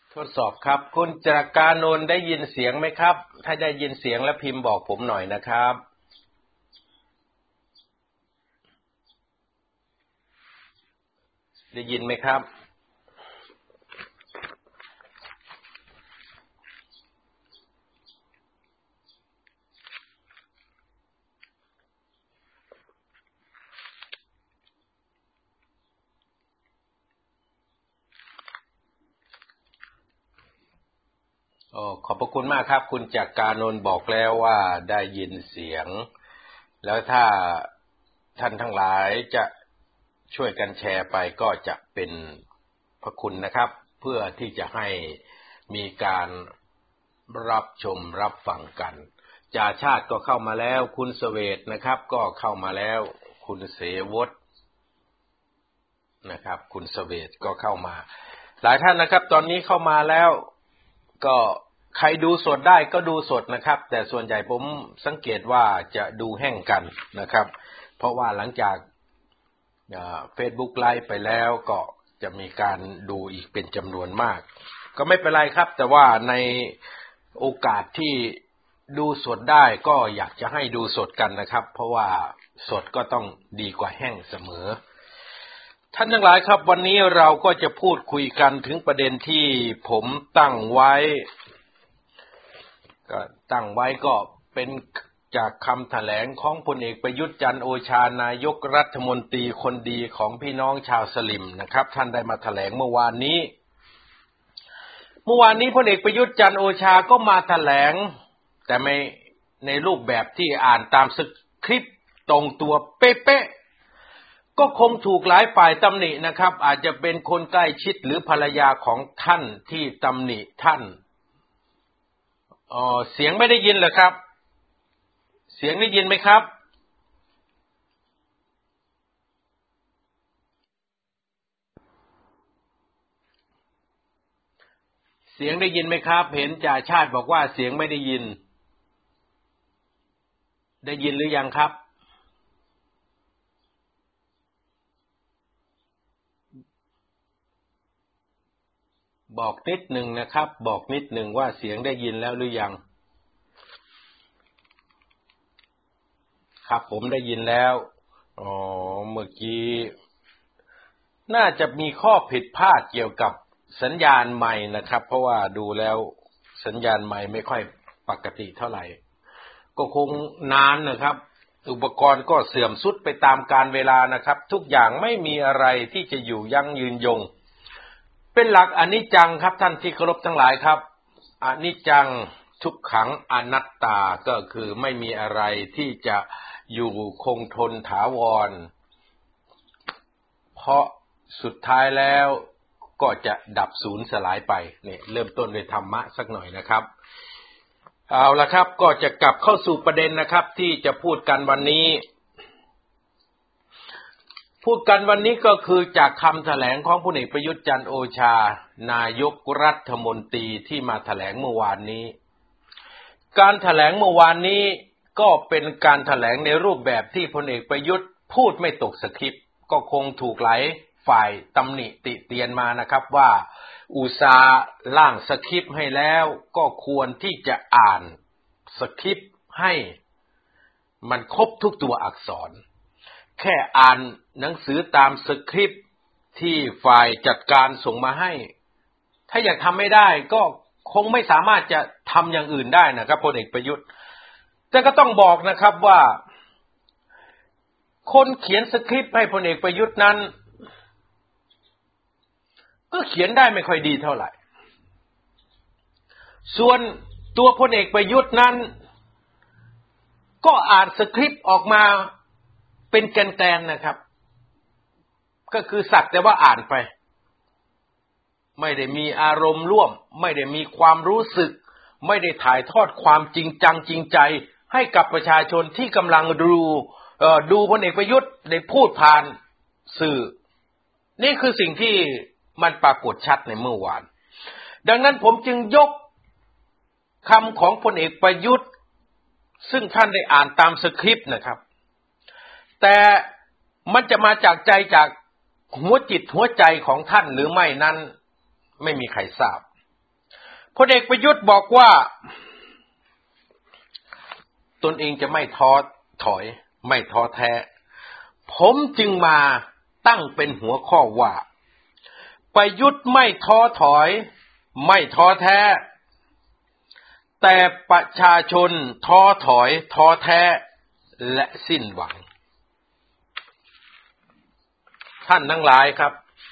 ทดสอบครับคุณจรกานนท์ได้ยินเสียงไหมครับถ้าได้ยินเสียงแล้วพิมพ์บอกผมหน่อยนะครับได้ยินไหมครับขอบพระคุณมากครับคุณจรกานนท์บอกแล้วว่าได้ยินเสียงแล้วถ้าท่านทั้งหลายจะช่วยกันแชร์ไปก็จะเป็นพระคุณนะครับเพื่อที่จะให้มีการรับชมรับฟังกันจ่าชาติก็เข้ามาแล้วคุณเสวตนะครับก็เข้ามาแล้วคุณเสวตนะครับคุณเสวตก็เข้ามาหลายท่านนะครับตอนนี้เข้ามาแล้วก็ใครดูสดได้ก็ดูสดนะครับแต่ส่วนใหญ่ผมสังเกตว่าจะดูแห้งกันนะครับเพราะว่าหลังจากFacebook ไลฟ์ไปแล้วก็จะมีการดูอีกเป็นจำนวนมากก็ไม่เป็นไรครับแต่ว่าในโอกาสที่ดูสดได้ก็อยากจะให้ดูสดกันนะครับเพราะว่าสดก็ต้องดีกว่าแห้งเสมอท่านทั้งหลายครับวันนี้เราก็จะพูดคุยกันถึงประเด็นที่ผมตั้งไว้ก็เป็นจากคำแถลงของพลเอกประยุทธ์จันทร์โอชานายกรัฐมนตรีคนดีของพี่น้องชาวสลิมนะครับท่านได้มาแถลงเมื่อวานนี้พลเอกประยุทธ์จันทร์โอชาก็มาแถลงแต่ไม่ในรูปแบบที่อ่านตามสคริปต์ตรงตัวเป๊ะก็คงถูกหลายฝ่ายตำหนินะครับอาจจะเป็นคนใกล้ชิดหรือภรรยาของท่านที่ตำหนิท่านเสียงไม่ได้ยินเหรอครับเสียงได้ยินไหมครับเสียงได้ยินไหมครับเห็นจ่าชาติบอกว่าเสียงไม่ได้ยินได้ยินหรือยังครับบอกนิดหนึ่งนะครับบอกนิดหนึ่งว่าเสียงได้ยินแล้วหรือยังครับผมได้ยินแล้วเมื่อกี้น่าจะมีข้อผิดพลาดเกี่ยวกับสัญญาณไมค์นะครับเพราะว่าดูแล้วสัญญาณไมค์ไม่ค่อยปกติเท่าไหร่ก็คงนานนะครับอุปกรณ์ก็เสื่อมทรุดไปตามกาลเวลานะครับทุกอย่างไม่มีอะไรที่จะอยู่ยั่งยืนยงเป็นหลักอนิจจังครับท่านที่เคารพทั้งหลายครับอนิจจังทุกขังอนัตตาก็คือไม่มีอะไรที่จะอยู่คงทนถาวรเพราะสุดท้ายแล้วก็จะดับสูญสลายไปเนี่ยเริ่มต้นด้วยธรรมะสักหน่อยนะครับเอาละครับก็จะกลับเข้าสู่ประเด็นนะครับที่จะพูดกันวันนี้ก็คือจากคำแถลงของพลเอกประยุทธ์จันทร์โอชานายกรัฐมนตรีที่มาแถลงเมื่อวานนี้การแถลงเมื่อวานนี้ก็เป็นการแถลงในรูปแบบที่พลเอกประยุทธ์พูดไม่ตกสคริปต์ก็คงถูกหลายฝ่ายตำหนิติเตียนมานะครับว่าอุตส่าห์ร่างสคริปต์ให้แล้วก็ควรที่จะอ่านสคริปต์ให้มันครบทุกตัวอักษรแค่อ่านหนังสือตามสคริปต์ที่ฝ่ายจัดการส่งมาให้ถ้าอยากทำไม่ได้ก็คงไม่สามารถจะทำอย่างอื่นได้นะครับพลเอกประยุทธ์แต่ก็ต้องบอกนะครับว่าคนเขียนสคริปต์ให้พลเอกประยุทธ์นั้นก็เขียนได้ไม่ค่อยดีเท่าไหร่ส่วนตัวพลเอกประยุทธ์นั้นก็อ่านสคริปต์ออกมาเป็นแกนๆนะครับก็คือสักแต่ว่าอ่านไปไม่ได้มีอารมณ์ร่วมไม่ได้มีความรู้สึกไม่ได้ถ่ายทอดความจริงจังจริงใจให้กับประชาชนที่กำลังดูพลเอกประยุทธ์ได้พูดผ่านสื่อนี่คือสิ่งที่มันปรากฏชัดในเมื่อวานดังนั้นผมจึงยกคำของพลเอกประยุทธ์ซึ่งท่านได้อ่านตามสคริปต์นะครับแต่มันจะมาจากใจจากหัวจิตหัวใจของท่านหรือไม่นั้นไม่มีใครทราบพลเอกประยุทธ์บอกว่าตนเองจะไม่ท้อถอยไม่ท้อแท้ผมจึงมาตั้งเป็นหัวข้อว่าประยุทธ์ไม่ท้อถอยไม่ท้อแท้แต่ประชาชนท้อถอยท้อแท้และสิ้นหวังท่านทั้งหลายครับ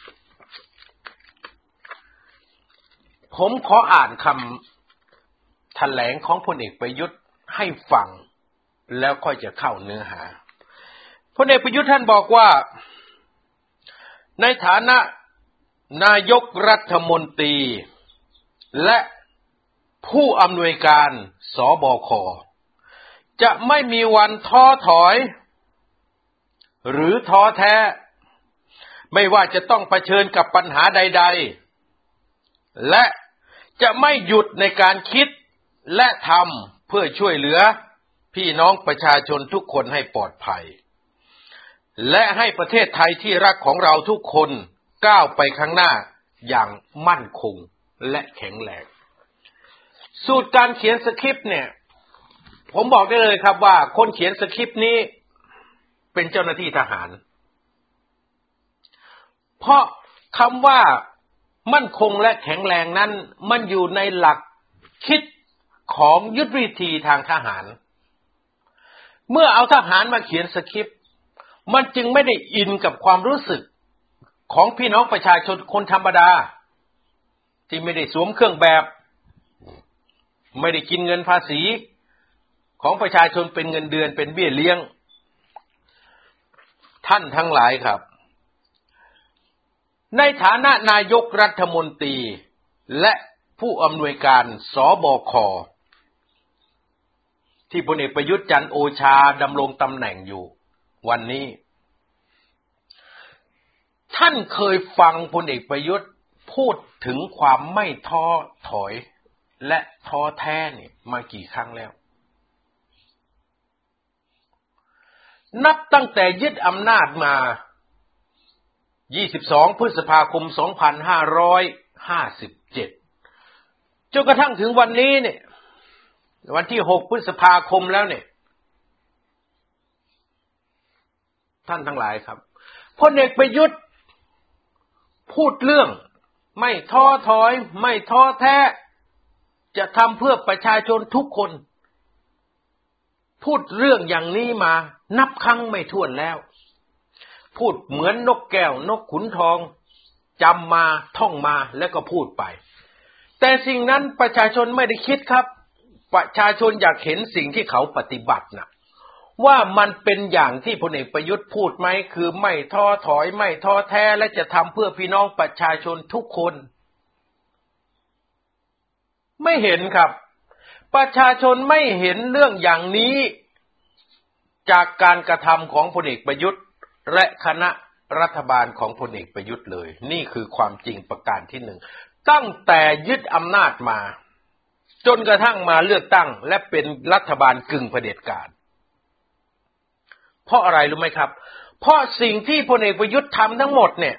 ผมขออ่านคำแถลงของพลเอกประยุทธ์ให้ฟังแล้วค่อยจะเข้าเนื้อหาพลเอกประยุทธ์ท่านบอกว่าในฐานะนายกรัฐมนตรีและผู้อำนวยการสบคจะไม่มีวันท้อถอยหรือท้อแท้ไม่ว่าจะต้องเผชิญกับปัญหาใดๆและจะไม่หยุดในการคิดและทำเพื่อช่วยเหลือพี่น้องประชาชนทุกคนให้ปลอดภัยและให้ประเทศไทยที่รักของเราทุกคนก้าวไปข้างหน้าอย่างมั่นคงและแข็งแรงสูตรการเขียนสคริปต์เนี่ยผมบอกได้เลยครับว่าคนเขียนสคริปต์นี้เป็นเจ้าหน้าที่ทหารเพราะคำว่ามั่นคงและแข็งแรงนั้นมันอยู่ในหลักคิดของยุทธวิธีทางทหารเมื่อเอาทหารมาเขียนสคริปต์มันจึงไม่ได้อินกับความรู้สึกของพี่น้องประชาชนคนธรรมดาที่ไม่ได้สวมเครื่องแบบไม่ได้กินเงินภาษีของประชาชนเป็นเงินเดือนเป็นเบี้ยเลี้ยงท่านทั้งหลายครับในฐานะนายกรัฐมนตรีและผู้อำนวยการสบคที่พลเอกประยุทธ์จันทร์โอชาดำรงตำแหน่งอยู่วันนี้ท่านเคยฟังพลเอกประยุทธ์พูดถึงความไม่ท้อถอยและท้อแท้เนี่ยมากี่ครั้งแล้วนับตั้งแต่ยึดอำนาจมา22 พฤษภาคม 2557 จนกระทั่งถึงวันนี้เนี่ยวันที่ 6 พฤษภาคมแล้วเนี่ยท่านทั้งหลายครับพลเอกประยุทธ์พูดเรื่องไม่ท้อถอยไม่ท้อแท้จะทำเพื่อประชาชนทุกคนพูดเรื่องอย่างนี้มานับครั้งไม่ถ้วนแล้วพูดเหมือนนกแก้วนกขุนทองจำมาท่องมาแล้วก็พูดไปแต่สิ่งนั้นประชาชนไม่ได้คิดครับประชาชนอยากเห็นสิ่งที่เขาปฏิบัตินะว่ามันเป็นอย่างที่พลเอกประยุทธ์พูดไหมคือไม่ท้อถอยไม่ท้อแท้และจะทำเพื่อพี่น้องประชาชนทุกคนไม่เห็นครับประชาชนไม่เห็นเรื่องอย่างนี้จากการกระทำของพลเอกประยุทธ์และคณะรัฐบาลของพลเอกประยุทธ์เลยนี่คือความจริงประการที่หนึ่งตั้งแต่ยึดอำนาจมาจนกระทั่งมาเลือกตั้งและเป็นรัฐบาลกึ่งเผด็จการเพราะอะไรรู้ไหมครับเพราะสิ่งที่พลเอกประยุทธ์ทำทั้งหมดเนี่ย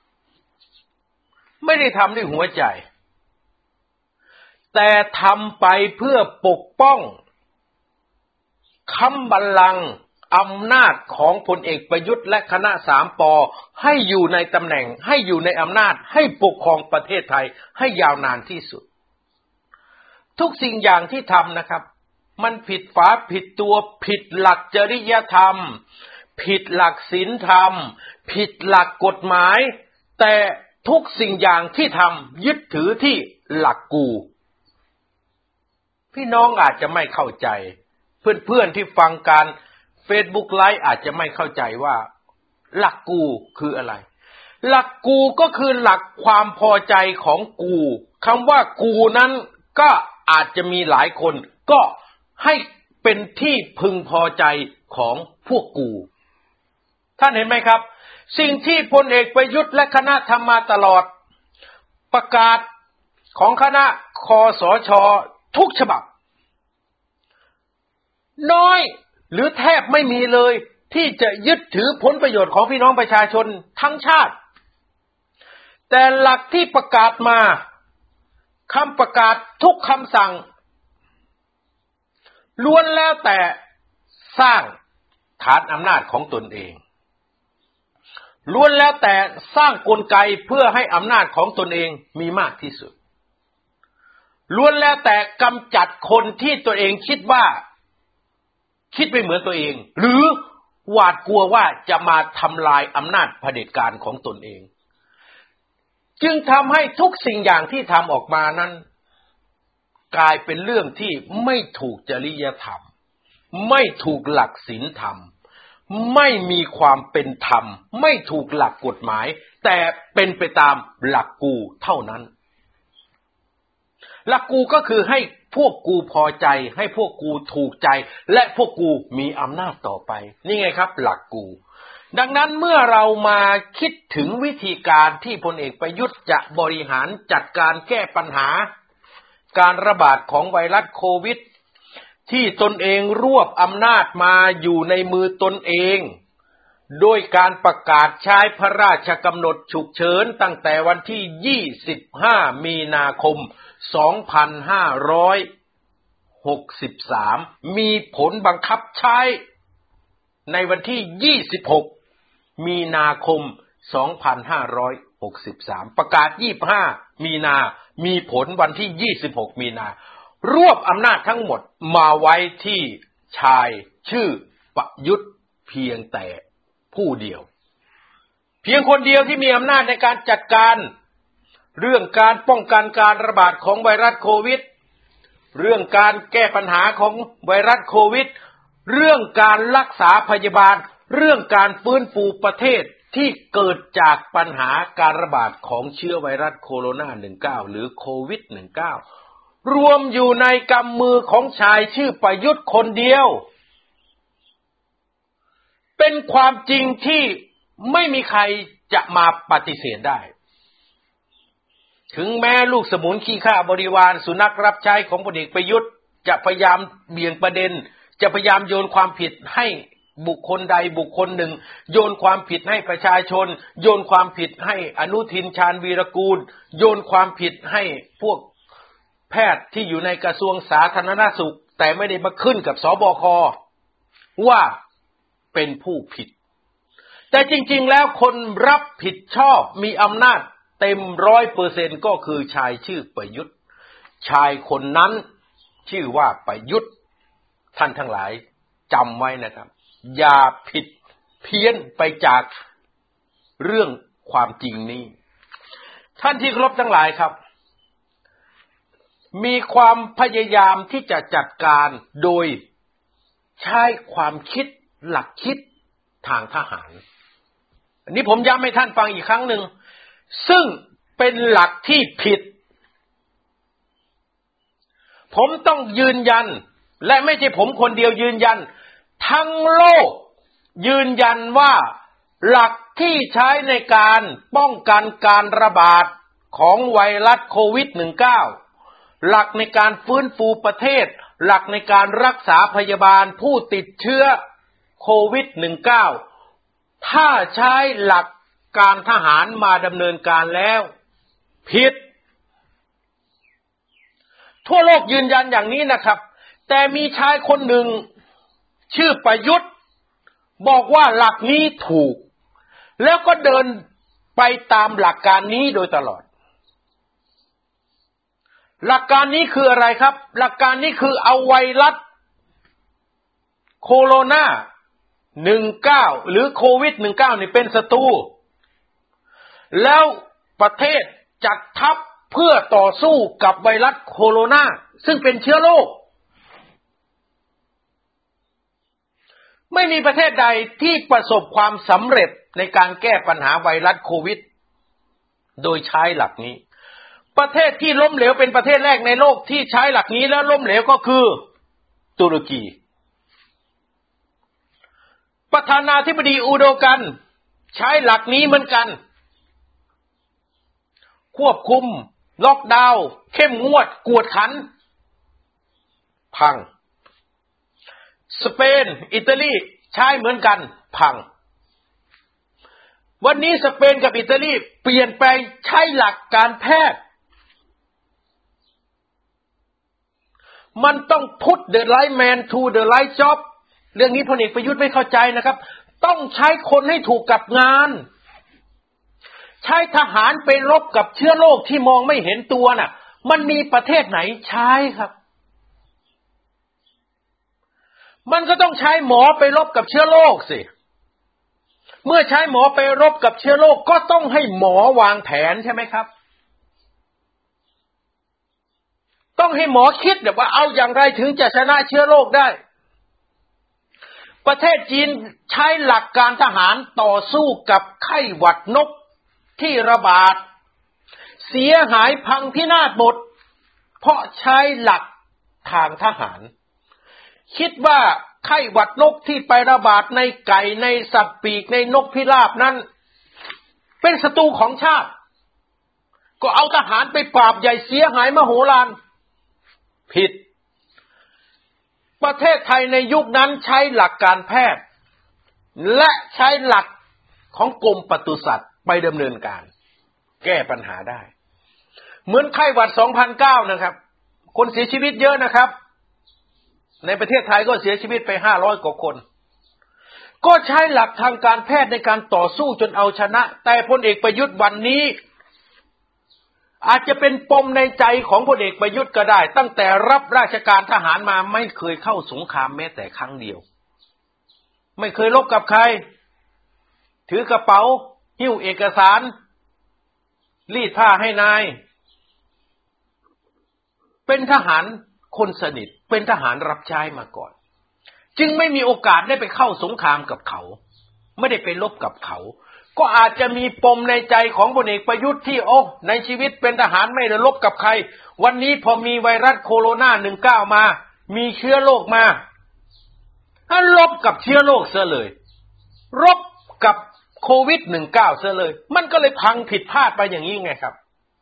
ไม่ได้ทำด้วยหัวใจแต่ทำไปเพื่อปกป้องค้ำบัลลังก์อำนาจของพลเอกประยุทธ์และคณะ3 ป.ให้อยู่ในตำแหน่งให้อยู่ในอำนาจให้ปกครองประเทศไทยให้ยาวนานที่สุดทุกสิ่งอย่างที่ทำนะครับมันผิดฝาผิดตัวผิดหลักจริยธรรมผิดหลักศีลธรรมผิดหลักกฎหมายแต่ทุกสิ่งอย่างที่ทำยึดถือที่หลักกูพี่น้องอาจจะไม่เข้าใจเพื่อนๆที่ฟังการ Facebook Live อาจจะไม่เข้าใจว่าหลักกูคืออะไรหลักกูก็คือหลักความพอใจของกูคำว่ากูนั้นก็อาจจะมีหลายคนก็ให้เป็นที่พึงพอใจของพวกกูท่านเห็นไหมครับสิ่งที่พลเอกประยุทธ์และคณะทำมาตลอดประกาศของคณะคสช.ทุกฉบับน้อยหรือแทบไม่มีเลยที่จะยึดถือผลประโยชน์ของพี่น้องประชาชนทั้งชาติแต่หลักที่ประกาศมาคำประกาศทุกคำสั่งล้วนแล้วแต่สร้างฐานอำนาจของตนเองล้วนแล้วแต่สร้างกลไกเพื่อให้อำนาจของตนเองมีมากที่สุดล้วนแล้วแต่กำจัดคนที่ตัวเองคิดว่าคิดไม่เหมือนตัวเองหรือหวาดกลัวว่าจะมาทำลายอำนาจเผด็จการของตนเองจึงทำให้ทุกสิ่งอย่างที่ทำออกมานั้นกลายเป็นเรื่องที่ไม่ถูกจริยธรรมไม่ถูกหลักศีลธรรมไม่มีความเป็นธรรมไม่ถูกหลักกฎหมายแต่เป็นไปตามหลักกูเท่านั้นหลักกูก็คือให้พวกกูพอใจให้พวกกูถูกใจและพวกกูมีอำนาจต่อไปนี่ไงครับหลักกูดังนั้นเมื่อเรามาคิดถึงวิธีการที่พลเอกประยุทธ์จะบริหารจัดการแก้ปัญหาการระบาดของไวรัสโควิดที่ตนเองรวบอำนาจมาอยู่ในมือตนเองโดยการประกาศใช้พระราชกำหนดฉุกเฉินตั้งแต่วันที่25มีนาคม2563มีผลบังคับใช้ในวันที่26มีนาคม2563ประกาศ25มีนามีผลวันที่26มีนารวบอำนาจทั้งหมดมาไว้ที่ชายชื่อประยุทธ์เพียงแต่ผู้เดียวเพียงคนเดียวที่มีอำนาจในการจัดการเรื่องการป้องกันการระบาดของไวรัสโควิดเรื่องการแก้ปัญหาของไวรัสโควิดเรื่องการรักษาพยาบาลเรื่องการฟื้นฟูประเทศที่เกิดจากปัญหาการระบาดของเชื้อไวรัสโคโรนา19หรือโควิด19รวมอยู่ในกำมือของชายชื่อประยุทธ์คนเดียวเป็นความจริงที่ไม่มีใครจะมาปฏิเสธได้ถึงแม้ลูกสมุนขี้ข้าบริวารสุนัขรับใช้ของพลเอกประยุทธ์จะพยายามเบี่ยงประเด็นจะพยายามโยนความผิดให้บุคคลใดบุคคลหนึ่งโยนความผิดให้ประชาชนโยนความผิดให้อนุทินชาญวีรกูลโยนความผิดให้พวกแพทย์ที่อยู่ในกระทรวงสาธารณสุขแต่ไม่ได้มาขึ้นกับสบคว่าเป็นผู้ผิดแต่จริงๆแล้วคนรับผิดชอบมีอำนาจเต็ม 100% ก็คือชายชื่อประยุทธ์ชายคนนั้นชื่อว่าประยุทธ์ท่านทั้งหลายจำไว้นะครับอย่าผิดเพี้ยนไปจากเรื่องความจริงนี้ท่านที่เคารพทั้งหลายครับมีความพยายามที่จะจัดการโดยใช้ความคิดหลักคิดทางทหารอันนี้ผมย้ำให้ท่านฟังอีกครั้งหนึ่งซึ่งเป็นหลักที่ผิดผมต้องยืนยันและไม่ใช่ผมคนเดียวยืนยันทั้งโลกยืนยันว่าหลักที่ใช้ในการป้องกันการระบาดของไวรัสโควิด19หลักในการฟื้นฟูประเทศหลักในการรักษาพยาบาลผู้ติดเชื้อโควิด19ถ้าใช้หลักการทหารมาดำเนินการแล้วผิดทั่วโลกยืนยันอย่างนี้นะครับแต่มีชายคนหนึ่งชื่อประยุทธ์บอกว่าหลักนี้ถูกแล้วก็เดินไปตามหลักการนี้โดยตลอดหลักการนี้คืออะไรครับหลักการนี้คือเอาไวรัสโคโรนา19หรือโควิด19นี่เป็นศัตรูแล้วประเทศจัดทัพเพื่อต่อสู้กับไวรัสโคโรนาซึ่งเป็นเชื้อโรคไม่มีประเทศใดที่ประสบความสำเร็จในการแก้ปัญหาไวรัสโควิดโดยใช้หลักนี้ประเทศที่ล้มเหลวเป็นประเทศแรกในโลกที่ใช้หลักนี้แล้วล้มเหลวก็คือตุรกีประธานาธิบดีอูโดกันใช้หลักนี้เหมือนกันควบคุมล็อกดาวน์เข้มงวดกวดขันพังสเปนอิตาลีใช้เหมือนกันพังวันนี้สเปนกับอิตาลีเปลี่ยนแปลงใช้หลักการแพทย์มันต้อง put the right man to the right job เรื่องนี้พลเอกประยุทธ์ไม่เข้าใจนะครับต้องใช้คนให้ถูกกับงานใช้ทหารไปรบกับเชื้อโรคที่มองไม่เห็นตัวน่ะมันมีประเทศไหนใช้ครับมันก็ต้องใช้หมอไปรบกับเชื้อโรคสิเมื่อใช้หมอไปรบกับเชื้อโรคก็ต้องให้หมอวางแผนใช่ไหมครับต้องให้หมอคิดว่าเอาอย่างไรถึงจะชนะเชื้อโรคได้ประเทศจีนใช้หลักการทหารต่อสู้กับไข้หวัดนกที่ระบาดเสียหายพังพินาศหมดเพราะใช้หลักทางทหารคิดว่าไข้หวัดนกที่ไประบาดในไก่ในสัตว์ปีกในนกพิราบนั้นเป็นศัตรูของชาติก็เอาทหารไปปราบใหญ่เสียหายมโหฬารผิดประเทศไทยในยุคนั้นใช้หลักการแพทย์และใช้หลักของกรมปศุสัตว์ไปดำเนินการแก้ปัญหาได้เหมือนไข้หวัด 2009 นะครับคนเสียชีวิตเยอะนะครับในประเทศไทยก็เสียชีวิตไป500 กว่าคนก็ใช้หลักทางการแพทย์ในการต่อสู้จนเอาชนะแต่พลเอกประยุทธ์วันนี้อาจจะเป็นปมในใจของพลเอกประยุทธ์ก็ได้ตั้งแต่รับราชการทหารมาไม่เคยเข้าสงครามแม้แต่ครั้งเดียวไม่เคยรบกับใครถือกระเป๋าหิ้วเอกสารรีดผ้าให้นายเป็นทหารคนสนิทเป็นทหารรับใช้มาก่อนจึงไม่มีโอกาสได้ไปเข้าสงครามกับเขาไม่ได้ไปรบกับเขาก็อาจจะมีปมในใจของพลเอกประยุทธ์ที่ในชีวิตเป็นทหารไม่ได้รบกับใครวันนี้พอมีไวรัสโคโรนา19มามีเชื้อโรคมาถ้ารบกับเชื้อโรคซะเลยรบกับโควิด19ซะเลยมันก็เลยพังผิดพลาดไปอย่างนี้ไงครับ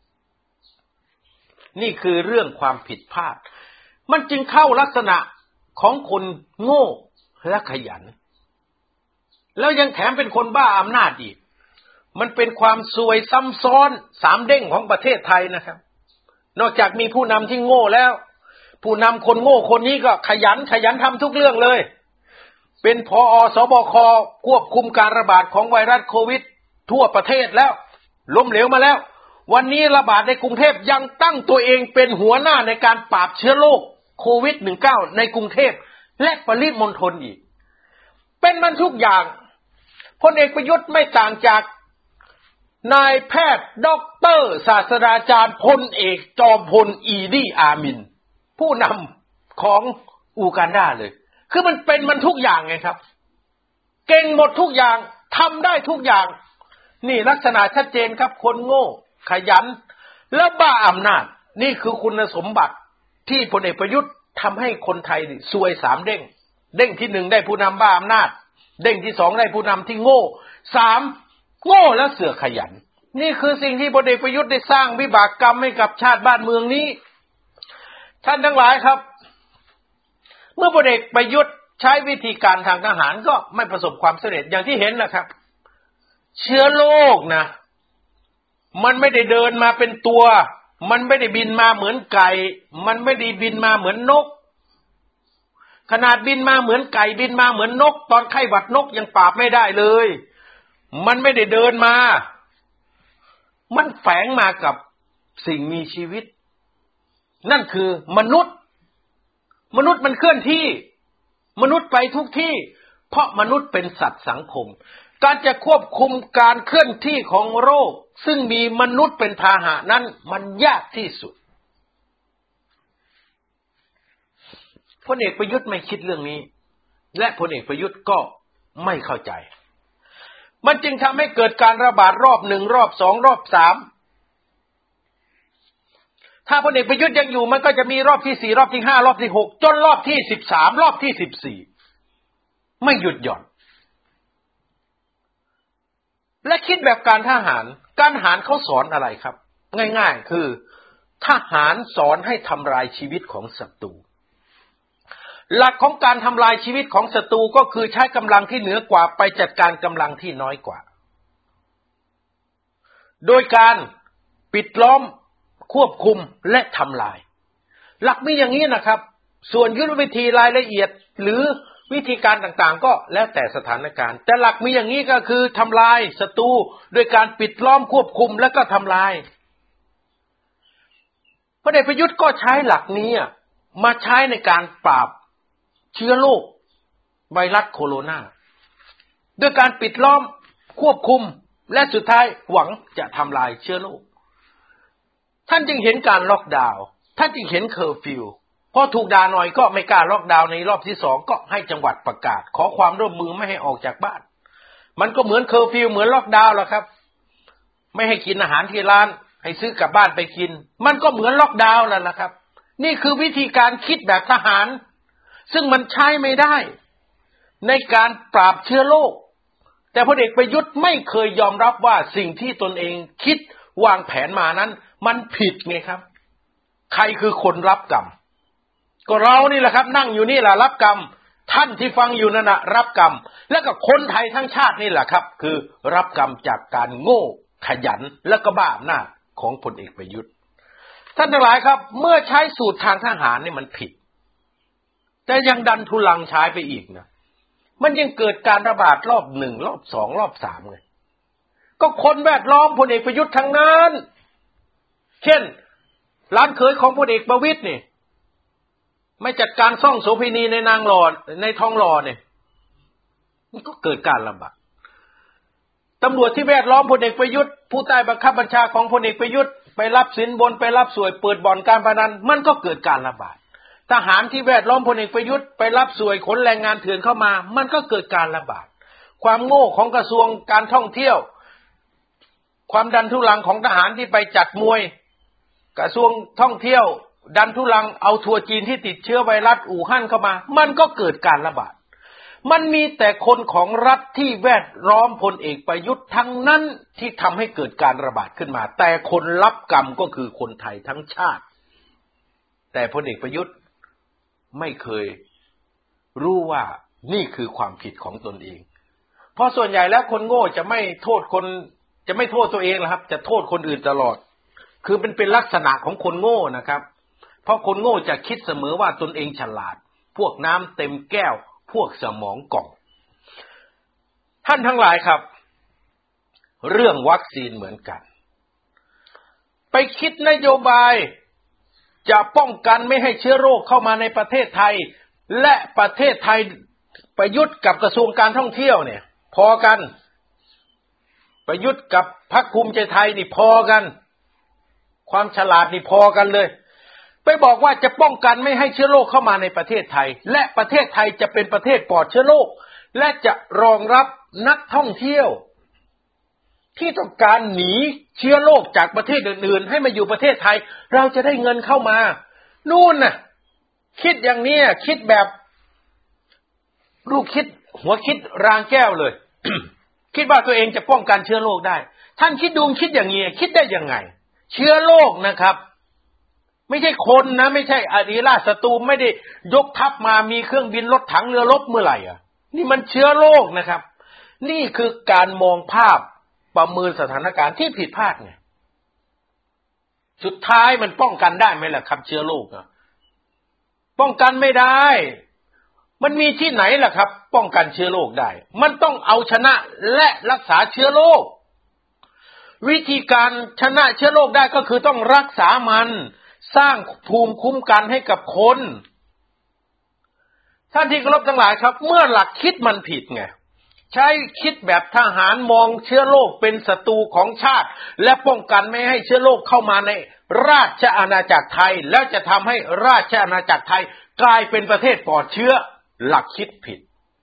นี่คือเรื่องความผิดพลาดมันจึงเข้าลักษณะของคนโง่และขยันแล้วยังแถมเป็นคนบ้าอำนาจอีกมันเป็นความซวยซ้ำซ้อน3 เด้งของประเทศไทยนะครับนอกจากมีผู้นำที่โง่แล้วผู้นำคนโง่คนนี้ก็ขยันทำทุกเรื่องเลยเป็นผอ.สบค.ควบคุมการระบาดของไวรัสโควิดทั่วประเทศแล้วล้มเหลวมาแล้ววันนี้ระบาดในกรุงเทพยังตั้งตัวเองเป็นหัวหน้าในการปราบเชื้อโรคโควิด19ในกรุงเทพและปริมณฑลอีกเป็นมันทุกอย่างพลเอกประยุทธ์ไม่ต่างจากนายแพทย์ด็อกเตอร์ศาสตราจารย์พลเอกจอมพลอีดีอามินผู้นำของอูกันดาเลยคือมันทุกอย่างไงครับเก่งหมดทุกอย่างทำได้ทุกอย่างนี่ลักษณะชัดเจนครับคนโง่ขยันและบ้าอำนาจนี่คือคุณสมบัติที่พลเอกประยุทธ์ทำให้คนไทยซวย3 เด้งเด้งที่1ได้ผู้นำบ้าอำนาจเด้งที่2ได้ผู้นำที่โง่3โง่และเสือกขยันนี่คือสิ่งที่พลเอกประยุทธ์ได้สร้างวิบากกรรมให้กับชาติบ้านเมืองนี้ท่านทั้งหลายครับเมื่อพลเอกประยุทธ์ใช้วิธีการทางทหารก็ไม่ประสบความสำเร็จอย่างที่เห็นนะครับเชื้อโรคนะมันไม่ได้เดินมาเป็นตัวมันไม่ได้บินมาเหมือนไก่มันไม่ได้บินมาเหมือนนกขนาดบินมาเหมือนไก่บินมาเหมือนนกตอนไข้หวัดนกยังปราบไม่ได้เลยมันไม่ได้เดินมามันแฝงมากับสิ่งมีชีวิตนั่นคือมนุษย์มันเคลื่อนที่มนุษย์ไปทุกที่เพราะมนุษย์เป็นสัตว์สังคมการจะควบคุมการเคลื่อนที่ของโรคซึ่งมีมนุษย์เป็นพาหะนั้นมันยากที่สุดพลเอกประยุทธ์ไม่คิดเรื่องนี้และพลเอกประยุทธ์ก็ไม่เข้าใจมันจึงทำให้เกิดการระบาดรอบ1รอบ2รอบ3ถ้าพลเอกประยุทธ์ยังอยู่มันก็จะมีรอบที่4รอบที่5รอบที่6จนรอบที่13รอบที่14ไม่หยุดหย่อนและคิดแบบการทหารเขาสอนอะไรครับง่ายๆคือทหารสอนให้ทำลายชีวิตของศัตรูหลักของการทำลายชีวิตของศัตรูก็คือใช้กำลังที่เหนือกว่าไปจัดการกำลังที่น้อยกว่าโดยการปิดล้อมควบคุมและทำลายหลักมีอย่างนี้นะครับส่วนยุทธวิธีรายละเอียดหรือวิธีการต่างๆก็แล้วแต่สถานการณ์แต่หลักมีอย่างนี้ก็คือทำลายศัตรูโดยการปิดล้อมควบคุมและก็ทำลายพลเอกประยุทธ์ก็ใช้หลักนี้มาใช้ในการปราบเชื้อโรคไวรัสโคโรนาด้วยการปิดล้อมควบคุมและสุดท้ายหวังจะทำลายเชื้อโรคท่านจึงเห็นการล็อกดาวน์ท่านจึงเห็นเคอร์ฟิวพอถูกด่าหน่อยก็ไม่กล้าล็อกดาวน์ในรอบที่2ก็ให้จังหวัดประกาศขอความร่วมมือไม่ให้ออกจากบ้านมันก็เหมือนเคอร์ฟิวเหมือนล็อกดาวน์แหละครับไม่ให้กินอาหารที่ร้านให้ซื้อกลับบ้านไปกินมันก็เหมือนล็อกดาวน์แล้วล่ะครับนี่คือวิธีการคิดแบบทหารซึ่งมันใช้ไม่ได้ในการปราบเชื้อโรคแต่พลเอกประยุทธ์ไม่เคยยอมรับว่าสิ่งที่ตนเองคิดวางแผนมานั้นมันผิดไงครับใครคือคนรับกรรมก็เรานี่แหละครับนั่งอยู่นี่แหละรับกรรมท่านที่ฟังอยู่นั่นน่ะรับกรรมแล้วก็คนไทยทั้งชาตินี่แหละครับคือรับกรรมจากการโง่ขยันและก็บ้าอำนาจของพลเอกประยุทธ์ท่านทั้งหลายครับเมื่อใช้สูตรทางทหารนี่มันผิดแต่ยังดันทุลังใช้ไปอีกนะมันยังเกิดการระบาดรอบ1รอบ2รอบ3ไงก็คนแวดล้อมพลเอกประยุทธ์ทั้งนั้นเช่นหลานเขยของพลเอกประวิตรนี่ไม่จัดการซ่องโสเภณีในนางหลอดในทองหล่อเนี่ยมันก็เกิดการระบาดตำรวจที่แวดล้อมพลเอกประยุทธ์ผู้ใต้บังคับบัญชาของพลเอกประยุทธ์ไปรับสินบนไปรับสวยเปิดบ่อนการพนันมันก็เกิดการระบาดทหารที่แวดล้อมพลเอกประยุทธ์ไปรับสวยขนแรงงานเถื่อนเข้ามามันก็เกิดการระบาดความโง่ของกระทรวงการท่องเที่ยวความดันทุรังของทหารที่ไปจัดมวยกระทรวงท่องเที่ยวดันทุรังเอาทัวร์จีนที่ติดเชื้อไวรัสอู่ฮั่นเข้ามามันก็เกิดการระบาดมันมีแต่คนของรัฐที่แวดล้อมพลเอกประยุทธ์ทั้งนั้นที่ทำให้เกิดการระบาดขึ้นมาแต่คนรับกรรมก็คือคนไทยทั้งชาติแต่พลเอกประยุทธ์ไม่เคยรู้ว่านี่คือความผิดของตนเองเพราะส่วนใหญ่แล้วคนโง่จะไม่โทษตัวเองนะครับจะโทษคนอื่นตลอดคือเป็นลักษณะของคนโง่นะครับเพราะคนโง่จะคิดเสมอว่าตนเองฉลาดพวกน้ำเต็มแก้วพวกสมองก่องท่านทั้งหลายครับเรื่องวัคซีนเหมือนกันไปคิดนโยบายจะป้องกันไม่ให้เชื้อโรคเข้ามาในประเทศไทยและประเทศไทยประยุทธ์กับกระทรวงการท่องเที่ยวเนี่ยพอกันประยุทธ์กับพรรคภูมิใจไทยนี่พอกันความฉลาดนี่พอกันเลยไปบอกว่าจะป้องกันไม่ให้เชื้อโรคเข้ามาในประเทศไทยและประเทศไทยจะเป็นประเทศปลอดเชื้อโรคและจะรองรับนักท่องเที่ยวที่ต้องการหนีเชื้อโรคจากประเทศอื่นๆให้มาอยู่ประเทศไทยเราจะได้เงินเข้ามานู่นน่ะคิดอย่างนี้คิดแบบลูกคิดหัวคิดรางแก้วเลย คิดว่าตัวเองจะป้องกันเชื้อโรคได้ท่านคิดดูคิดอย่างนี้คิดได้ยังไงเชื้อโรคนะครับไม่ใช่คนนะไม่ใช่อริราชศัตรูไม่ได้ยกทัพมามีเครื่องบินรถถังเรือรบเมื่อไหร่นี่มันเชื้อโรคนะครับนี่คือการมองภาพประเมินสถานการณ์ที่ผิดพลาดไงสุดท้ายมันป้องกันได้ไหมล่ะครับเชื้อโรคป้องกันไม่ได้มันมีที่ไหนล่ะครับป้องกันเชื้อโรคได้มันต้องเอาชนะและรักษาเชื้อโรควิธีการชนะเชื้อโรคได้ก็คือต้องรักษามันสร้างภูมิคุ้มกันให้กับคนท่านที่เคารพทั้งหลายครับเมื่อหลักคิดมันผิดไงใช้คิดแบบทหารมองเชื้อโรคเป็นศัตรูของชาติและป้องกันไม่ให้เชื้อโรคเข้ามาในราชอาณาจักรไทยแล้วจะทำให้ราชอาณาจักรไทยกลายเป็นประเทศปลอดเชื้อหลักคิดผิด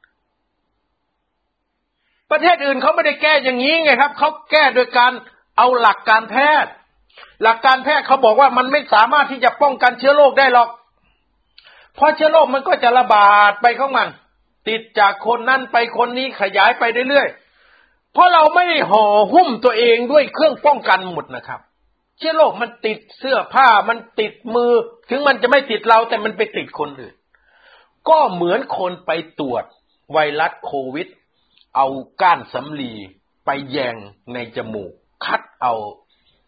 ประเทศอื่นเขาไม่ได้แก้อย่างนี้ไงครับเขาแก้โดยการเอาหลักการแพทย์หลักการแพทย์เขาบอกว่ามันไม่สามารถที่จะป้องกันเชื้อโรคได้หรอกเพราะเชื้อโรคมันก็จะระบาดไปของมันติดจากคนนั้นไปคนนี้ขยายไปเรื่อยๆเพราะเราไม่ได้ห่อหุ้มตัวเองด้วยเครื่องป้องกันหมดนะครับเชื้อโรคมันติดเสื้อผ้ามันติดมือถึงมันจะไม่ติดเราแต่มันไปติดคนอื่นก็เหมือนคนไปตรวจไวรัสโควิดเอาก้านสำลีไปแยงในจมูกคัดเอา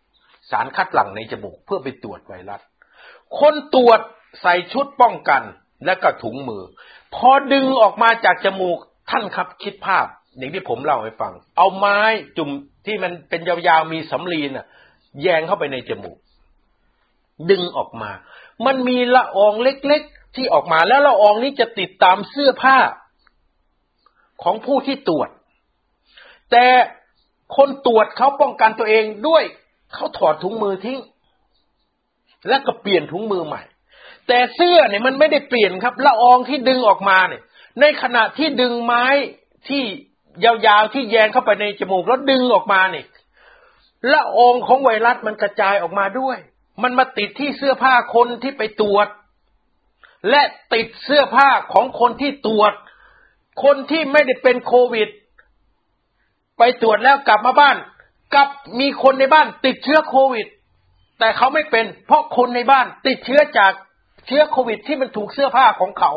สารคัดหลั่งในจมูกเพื่อไปตรวจไวรัสคนตรวจใส่ชุดป้องกันแล้วก็ถุงมือพอดึงออกมาจากจมูกท่านครับคิดภาพอย่างที่ผมเล่าให้ฟังเอาไม้จุ่มที่มันเป็นยาวๆมีสำลีน่ะแยงเข้าไปในจมูกดึงออกมามันมีละอองเล็กๆที่ออกมาแล้วละอองนี้จะติดตามเสื้อผ้าของผู้ที่ตรวจแต่คนตรวจเขาป้องกันตัวเองด้วยเขาถอดถุงมือทิ้งแล้วก็เปลี่ยนถุงมือใหม่แต่เสื้อเนี่ยมันไม่ได้เปลี่ยนครับละอองที่ดึงออกมาเนี่ยในขณะที่ดึงไม้ที่ยาวๆที่แยงเข้าไปในจมูกแล้วดึงออกมาเนี่ยละอองของไวรัสมันกระจายออกมาด้วยมันมาติดที่เสื้อผ้าคนที่ไปตรวจและติดเสื้อผ้าของคนที่ตรวจคนที่ไม่ได้เป็นโควิดไปตรวจแล้วกลับมาบ้านกับมีคนในบ้านติดเชื้อโควิดแต่เขาไม่เป็นเพราะคนในบ้านติดเชื้อจากเชื้อโควิดที่มันถูกเสื้อผ้าของเขา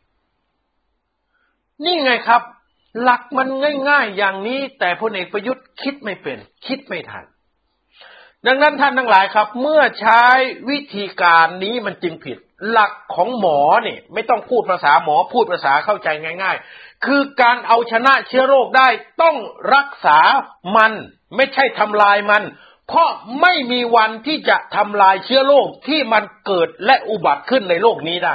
นี่ไงครับหลักมันง่ายๆอย่างนี้แต่พลเอกประยุทธ์คิดไม่เป็นคิดไม่ทันดังนั้นท่านทั้งหลายครับเมื่อใช้วิธีการนี้มันจึงผิดหลักของหมอเนี่ยไม่ต้องพูดภาษาหมอพูดภาษาเข้าใจง่ายๆคือการเอาชนะเชื้อโรคได้ต้องรักษามันไม่ใช่ทำลายมันเพราะไม่มีวันที่จะทำลายเชื้อโรคที่มันเกิดและอุบัติขึ้นในโลกนี้ได้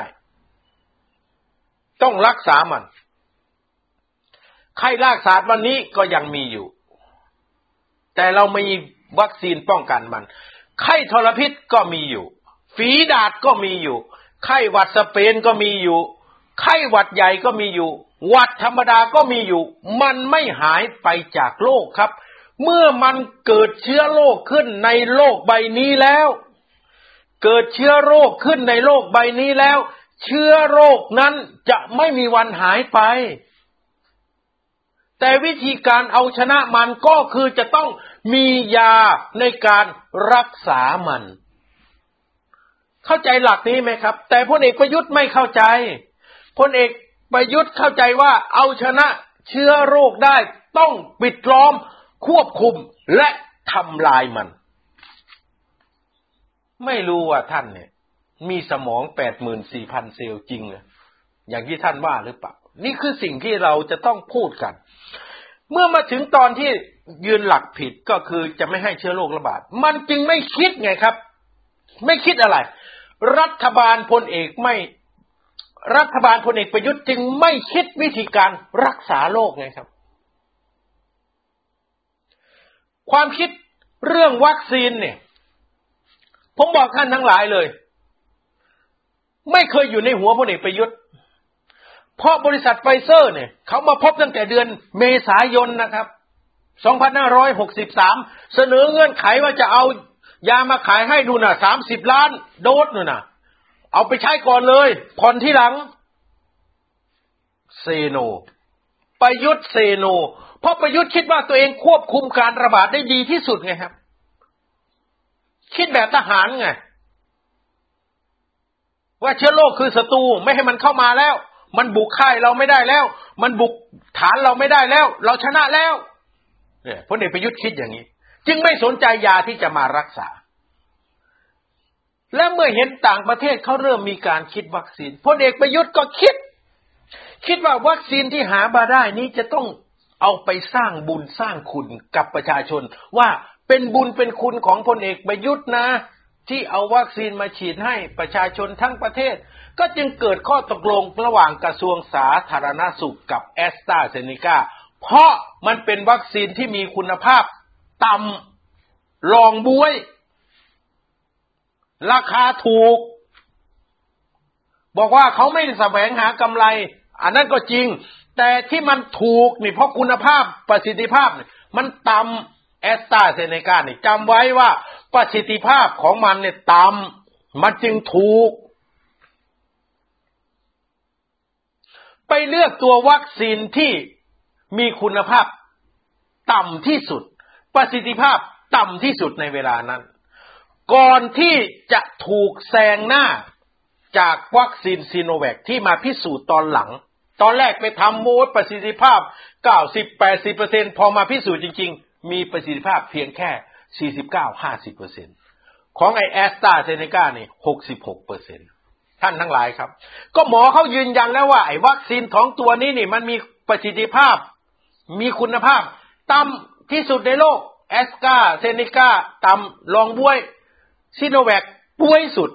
ต้องรักษามันไข้รากศาสตร์วันนี้ก็ยังมีอยู่แต่เรามีวัคซีนป้องกันมันไข้ทรพิษก็มีอยู่ฝีดาษก็มีอยู่ไข้หวัดสเปนก็มีอยู่ไข้หวัดใหญ่ก็มีอยู่หวัดธรรมดาก็มีอยู่มันไม่หายไปจากโลกครับเมื่อมันเกิดเชื้อโรคขึ้นในโลกใบนี้แล้วเกิดเชื้อโรคขึ้นในโลกใบนี้แล้วเชื้อโรคนั้นจะไม่มีวันหายไปแต่วิธีการเอาชนะมันก็คือจะต้องมียาในการรักษามันเข้าใจหลักนี้ไหมครับแต่พลเอกประยุทธ์ไม่เข้าใจพลเอกประยุทธ์เข้าใจว่าเอาชนะเชื้อโรคได้ต้องปิดล้อมควบคุมและทำลายมันไม่รู้ว่าท่านเนี่ยมีสมอง 84,000 เซลล์จริงเหรออย่างที่ท่านว่าหรือเปล่านี่คือสิ่งที่เราจะต้องพูดกันเมื่อมาถึงตอนที่ยืนหลักผิดก็คือจะไม่ให้เชื้อโรคระบาดมันจึงไม่คิดไงครับไม่คิดอะไรรัฐบาลพลเอกประยุทธ์จึงไม่คิดวิธีการรักษาโรคไงครับความคิดเรื่องวัคซีนเนี่ยผมบอกท่านทั้งหลายเลยไม่เคยอยู่ในหัวพลเอกประยุทธ์เพราะบริษัทไฟเซอร์เนี่ยเขามาพบตั้งแต่เดือนเมษายนนะครับ2563เสนอเงื่อนไขว่าจะเอายามาขายให้ดูนะ30 ล้านโดสนู่นน่ะเอาไปใช้ก่อนเลยผ่อนที่หลังเซโนประยุทธ์เซโนเพราะประยุทธ์คิดว่าตัวเองควบคุมการระบาดได้ดีที่สุดไงครับคิดแบบทหารไงว่าเชื้อโรคคือศัตรูไม่ให้มันเข้ามาแล้วมันบุกค่ายเราไม่ได้แล้วมันบุกฐานเราไม่ได้แล้วเราชนะแล้วเนี่ยพลเอกประยุทธ์คิดอย่างนี้จึงไม่สนใจยาที่จะมารักษาและเมื่อเห็นต่างประเทศเขาเริ่มมีการคิดวัคซีนพลเอกประยุทธ์ก็คิดว่าวัคซีนที่หามาได้นี้จะต้องเอาไปสร้างบุญสร้างคุณกับประชาชนว่าเป็นบุญเป็นคุณของพลเอกประยุทธ์นะที่เอาวัคซีนมาฉีดให้ประชาชนทั้งประเทศก็จึงเกิดข้อตกลงระหว่างกระทรวงสาธารณสุขกับแอสตราเซเนกาเพราะมันเป็นวัคซีนที่มีคุณภาพต่ำรองบ๊วยราคาถูกบอกว่าเขาไม่แสวงหากำไรอันนั้นก็จริงแต่ที่มันถูกนี่เพราะคุณภาพประสิทธิภาพมันต่ำแอสตราเซเนกานี่จำไว้ว่าประสิทธิภาพของมันเนี่ยต่ำมันจึงถูกไปเลือกตัววัคซีนที่มีคุณภาพต่ำที่สุดประสิทธิภาพต่ำที่สุดในเวลานั้นก่อนที่จะถูกแซงหน้าจากวัคซีนซีโนแวคที่มาพิสูจน์ตอนหลังตอนแรกไปทำโมดประสิทธิภาพ 90-80% พอมาพิสูจน์จริงๆมีประสิทธิภาพเพียงแค่ 49-50% ของไอแอสตราเซเนกานี่ 66% ท่านทั้งหลายครับก็หมอเขายืนยันแล้วว่าไอ้วัคซีนของตัวนี้นี่มันมีประสิทธิภาพมีคุณภาพต่ำที่สุดในโลกแอสตราเซเนกาต่ำรองบ้วยซิโนแวคป่วยสุด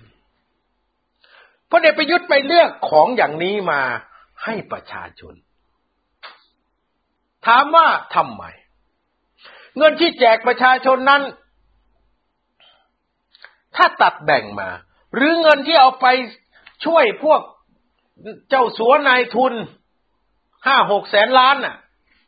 พลเอกประยุทธ์ไปเลือกของอย่างนี้มาให้ประชาชนถามว่าทำไมเงินที่แจกประชาชนนั้นถ้าตัดแบ่งมาหรือเงินที่เอาไปช่วยพวกเจ้าสัวนายทุน5-6 แสนล้านน่ะ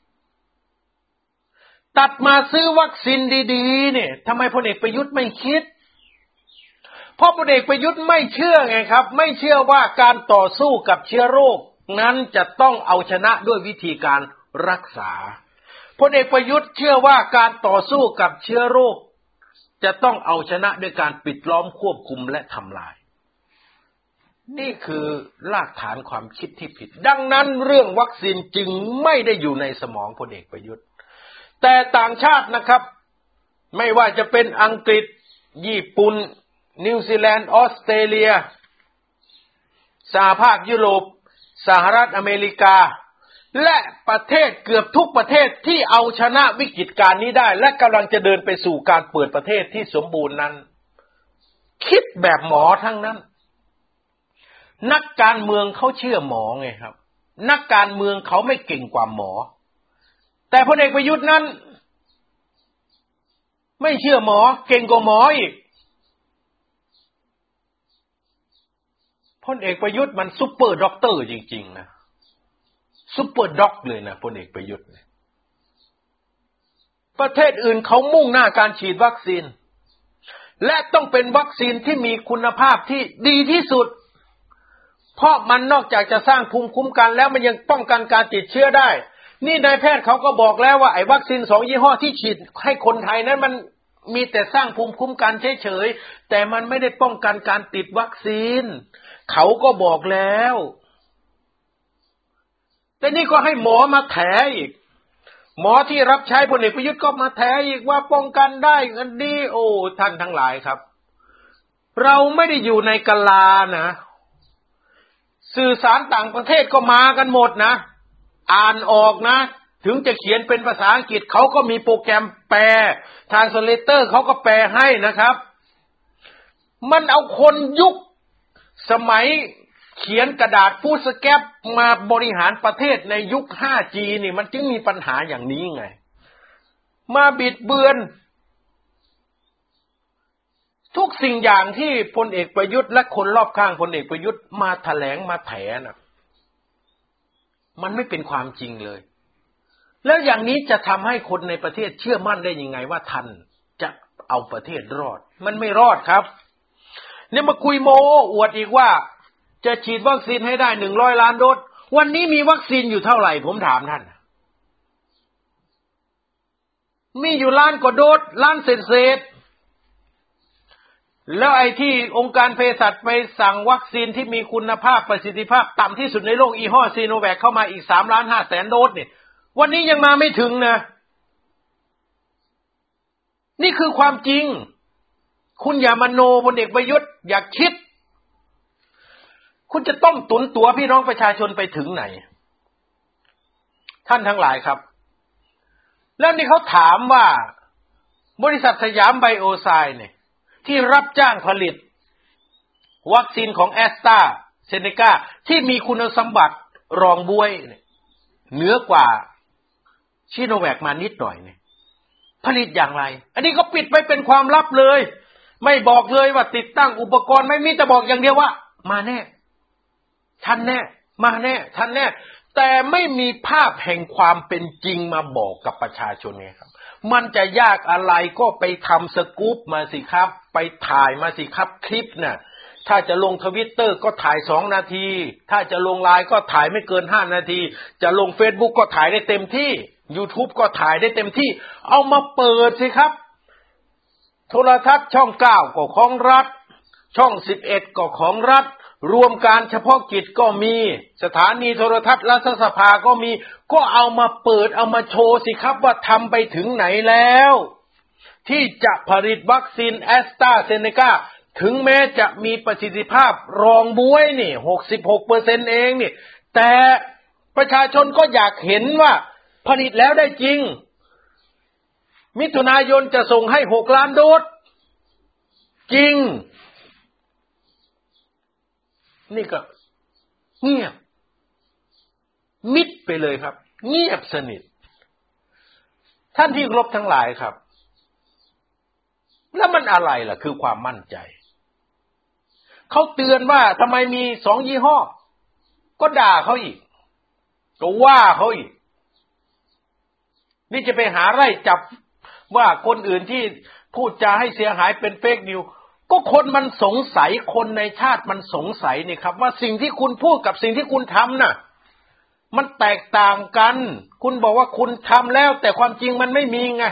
ตัดมาซื้อวัคซีนดีๆเนี่ยทำไมพลเอกประยุทธ์ไม่คิดเพราะพลเอกประยุทธ์ไม่เชื่อไงครับไม่เชื่อว่าการต่อสู้กับเชื้อโรคนั้นจะต้องเอาชนะด้วยวิธีการรักษาพลเอกประยุทธ์เชื่อว่าการต่อสู้กับเชื้อโรคจะต้องเอาชนะด้วยการปิดล้อมควบคุมและทำลายนี่คือรากฐานความคิดที่ผิดดังนั้นเรื่องวัคซีนจึงไม่ได้อยู่ในสมองพลเอกประยุทธ์แต่ต่างชาตินะครับไม่ว่าจะเป็นอังกฤษญี่ปุ่นนิวซีแลนด์ออสเตรเลียสหภาพยุโรปสหรัฐอเมริกาและประเทศเกือบทุกประเทศที่เอาชนะวิกฤตการณ์นี้ได้และกำลังจะเดินไปสู่การเปิดประเทศที่สมบูรณ์นั้นคิดแบบหมอทั้งนั้นนักการเมืองเขาเชื่อหมอไงครับนักการเมืองเขาไม่เก่งกว่าหมอแต่พลเอกประยุทธ์นั้นไม่เชื่อหมอเก่งกว่าหมออีกพลเอกประยุทธ์มันซุปเปอร์ด็อกเตอร์จริงๆนะซุปเปอร์ด็อกเลยนะพลเอกประยุทธ์ประเทศอื่นเขามุ่งหน้าการฉีดวัคซีนและต้องเป็นวัคซีนที่มีคุณภาพที่ดีที่สุดเพราะมันนอกจากจะสร้างภูมิคุ้มกันแล้วมันยังป้องกันการติดเชื้อได้นี่นายแพทย์เขาก็บอกแล้วว่าไอ้วัคซีน2 ยี่ห้อที่ฉีดให้คนไทยนั้นมันมีแต่สร้างภูมิคุ้มกันเฉยๆแต่มันไม่ได้ป้องกันการติดวัคซีนเขาก็บอกแล้วแต่นี่ก็ให้หมอมาแถอีกหมอที่รับใช้พลเอกประยุทธ์ก็มาแถอีกว่าป้องกันได้กันดีโอ้ท่านทั้งหลายครับเราไม่ได้อยู่ในกะลานะสื่อสารต่างประเทศก็มากันหมดนะอ่านออกนะถึงจะเขียนเป็นภาษาอังกฤษเขาก็มีโปรแกรมแปล Translator เขาก็แปลให้นะครับมันเอาคนยุคสมัยเขียนกระดาษฟูสแกปมาบริหารประเทศในยุค 5G นี่มันจึงมีปัญหาอย่างนี้ไงมาบิดเบือนทุกสิ่งอย่างที่พลเอกประยุทธ์และคนรอบข้างพลเอกประยุทธ์มาแถลงมาแถน่ะมันไม่เป็นความจริงเลยแล้วอย่างนี้จะทำให้คนในประเทศเชื่อมั่นได้ยังไงว่าท่านจะเอาประเทศรอดมันไม่รอดครับเนี่ยมาคุยโม้อวดอีกว่าจะฉีดวัคซีนให้ได้100 ล้านโดสวันนี้มีวัคซีนอยู่เท่าไหร่ผมถามท่านมีอยู่ล้านกว่าโดสล้านเศษแล้วไอ้ที่องค์การเภสัชไปสั่งวัคซีนที่มีคุณภาพประสิทธิภาพต่ำที่สุดในโลกยี่ห้อซีโนแวคเข้ามาอีก3.5 ล้านโดสเนี่ยวันนี้ยังมาไม่ถึงนะนี่คือความจริงคุณอย่ามโนพลเอกประยุทธ์อย่าคิดคุณจะต้มตุ๋นตัวพี่น้องประชาชนไปถึงไหนท่านทั้งหลายครับแล้วนี่เขาถามว่าบริษัทสยามไบโอไซน์เนี่ยที่รับจ้างผลิตวัคซีนของแอสตราเซเนกาที่มีคุณสมบัติรองบ้วยเหนือกว่าชิโนแวคมานิดหน่อยเนี่ยผลิตอย่างไรอันนี้ก็ปิดไว้เป็นความลับเลยไม่บอกเลยว่าติดตั้งอุปกรณ์ไม่มีแต่บอกอย่างเดียวว่ามาแน่ทันแน่มาแน่ทันแน่แต่ไม่มีภาพแห่งความเป็นจริงมาบอกกับประชาชนไงครับมันจะยากอะไรก็ไปทำสกู๊ปมาสิครับไปถ่ายมาสิครับคลิปน่ะถ้าจะลงTwitterก็ถ่าย2 นาทีถ้าจะลงไลน์ก็ถ่ายไม่เกิน5 นาทีจะลง Facebook ก็ถ่ายได้เต็มที่ YouTube ก็ถ่ายได้เต็มที่เอามาเปิดสิครับโทรทัศน์ช่อง9ก็ของรัฐช่อง11ก็ของรัฐรวมการเฉพาะกิจก็มีสถานีโทรทัศน์รัฐสภาก็มีก็เอามาเปิดเอามาโชว์สิครับว่าทำไปถึงไหนแล้วที่จะผลิตวัคซีนแอสตราเซเนกาถึงแม้จะมีประสิทธิภาพรองบ๊วยนี่ 66% เองนี่แต่ประชาชนก็อยากเห็นว่าผลิตแล้วได้จริงมิถุนายนจะส่งให้6 ล้านโดสจริงนี่ก็เงียบมิดไปเลยครับเงียบสนิทท่านที่เคารพทั้งหลายครับแล้วมันอะไรล่ะคือความมั่นใจเขาเตือนว่าทำไมมี2 ยี่ห้อก็ด่าเขาอีกก็ว่าเขาอีกนี่จะไปหาไล่จับว่าคนอื่นที่พูดจาให้เสียหายเป็นเฟกนิวส์ก็คนมันสงสัยคนในชาติมันสงสัยนี่ครับว่าสิ่งที่คุณพูดกับสิ่งที่คุณทำน่ะมันแตกต่างกันคุณบอกว่าคุณทำแล้วแต่ความจริงมันไม่มีไง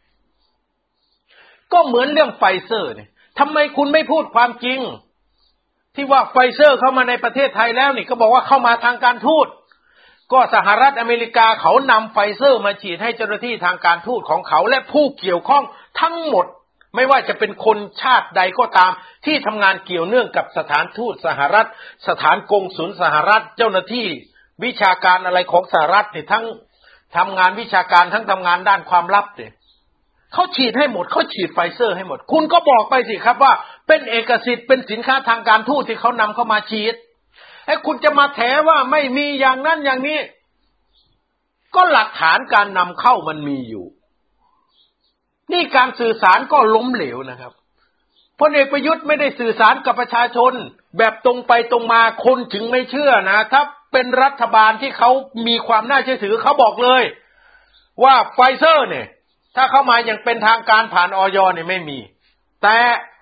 ก็เหมือนเรื่องไฟเซอร์เนี่ยทำไมคุณไม่พูดความจริงที่ว่าไฟเซอร์เข้ามาในประเทศไทยแล้วนี่ก็บอกว่าเข้ามาทางการทูตก็สหรัฐอเมริกาเขานำไฟเซอร์มาฉีดให้เจ้าหน้าที่ทางการทูตของเขาและผู้เกี่ยวข้องทั้งหมดไม่ว่าจะเป็นคนชาติใดก็ตามที่ทำงานเกี่ยวเนื่องกับสถานทูตสหรัฐสถานกงสุลสหรัฐเจ้าหน้าที่วิชาการอะไรของสหรัฐเนี่ยทั้งทำงานวิชาการทั้งทำงานด้านความลับเนี่ยเขาฉีดให้หมดเขาฉีดไฟเซอร์ให้หมดคุณก็บอกไปสิครับว่าเป็นเอกสิทธิ์เป็นสินค้าทางการทูตที่เขานำเข้ามาฉีดไอ้คุณจะมาแถว่าไม่มีอย่างนั้นอย่างนี้ก็หลักฐานการนำเข้ามันมีอยู่นี่การสื่อสารก็ล้มเหลวนะครับพลเอกประยุทธ์ไม่ได้สื่อสารกับประชาชนแบบตรงไปตรงมาคนถึงไม่เชื่อนะถ้าเป็นรัฐบาลที่เขามีความน่าเชื่อถือเขาบอกเลยว่าไฟเซอร์เนี่ยถ้าเข้ามาอย่างเป็นทางการผ่านอย.เนี่ยไม่มีแต่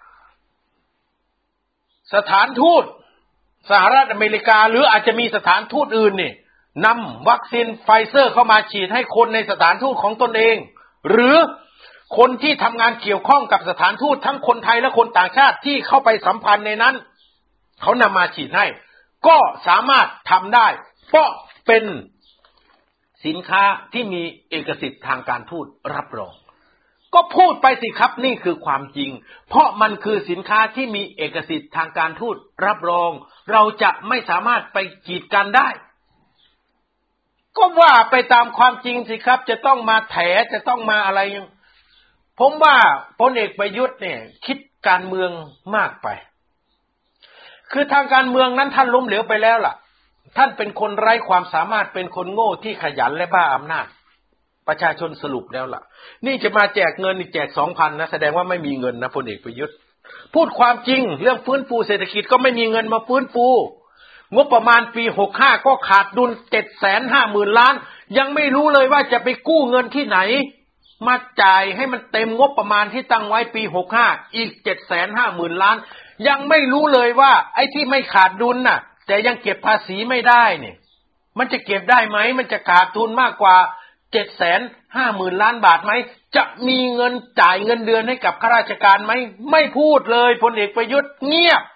สถานทูตสหรัฐอเมริกาหรืออาจจะมีสถานทูตอื่นนี่นำวัคซีนไฟเซอร์เข้ามาฉีดให้คนในสถานทูตของตนเองหรือคนที่ทำงานเกี่ยวข้องกับสถานทูตทั้งคนไทยและคนต่างชาติที่เข้าไปสัมพันธ์ในนั้นเขานำมาฉีดให้ก็สามารถทำได้เพราะเป็นสินค้าที่มีเอกสิทธิ์ทางการทูตรับรองก็พูดไปสิครับนี่คือความจริงเพราะมันคือสินค้าที่มีเอกสิทธิ์ทางการทูตรับรองเราจะไม่สามารถไปกีดกันได้ก็ว่าไปตามความจริงสิครับจะต้องมาแถจะต้องมาอะไรผมว่าพลเอกประยุทธ์เนี่ยคิดการเมืองมากไปคือทางการเมืองนั้นท่านล้มเหลวไปแล้วล่ะท่านเป็นคนไร้ความสามารถเป็นคนโง่ที่ขยันและบ้าอำนาจประชาชนสรุปแล้วล่ะนี่จะมาแจกเงินนี่แจก 2,000 นะแสดงว่าไม่มีเงินนะพลเอกประยุทธ์พูดความจริงเรื่องฟื้นฟูเศรษฐกิจก็ไม่มีเงินมาฟื้นฟูงบประมาณปี65ก็ขาดดุล 750,000 ล้านยังไม่รู้เลยว่าจะไปกู้เงินที่ไหนมาจ่ายให้มันเต็มงบประมาณที่ตั้งไว้ปี65อีก 750,000 ล้านยังไม่รู้เลยว่าไอ้ที่ไม่ขาดดุลน่ะแต่ยังเก็บภาษีไม่ได้เนี่ยมันจะเก็บได้ไหมมันจะขาดทุนมากกว่า750,000 ล้านบาทไหมจะมีเงินจ่ายเงินเดือนให้กับข้าราชการไหมไม่พูดเลยพลเอกประยุทธ์เงียบ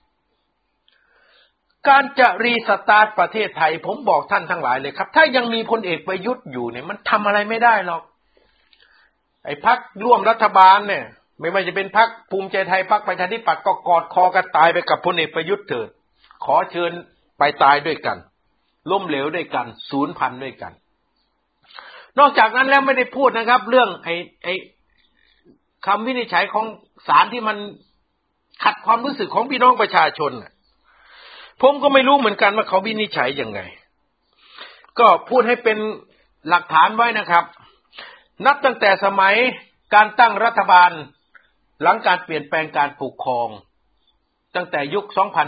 การจะรีสตาร์ทประเทศไทยผมบอกท่านทั้งหลายเลยครับถ้ายังมีพลเอกประยุทธ์อยู่เนี่ยมันทำอะไรไม่ได้หรอกไอ้พรรคร่วมรัฐบาลเนี่ยไม่ว่าจะเป็นพรรคภูมิใจไทยพรรคประชาธิปัตย์ก็กอดคอกันตายไปกับพลเอกประยุทธ์เถิดขอเชิญไปตายด้วยกันล้มเหลวด้วยกันสูญพันธุ์ด้วยกันนอกจากนั้นแล้วไม่ได้พูดนะครับเรื่องไอ้คำวินิจฉัยของศาลที่มันขัดความรู้สึกของพี่น้องประชาชนผมก็ไม่รู้เหมือนกันว่าเขาวินิจฉัยยังไงก็พูดให้เป็นหลักฐานไว้นะครับนับตั้งแต่สมัยการตั้งรัฐบาลหลังการเปลี่ยนแปลงการปกครองตั้งแต่ยุค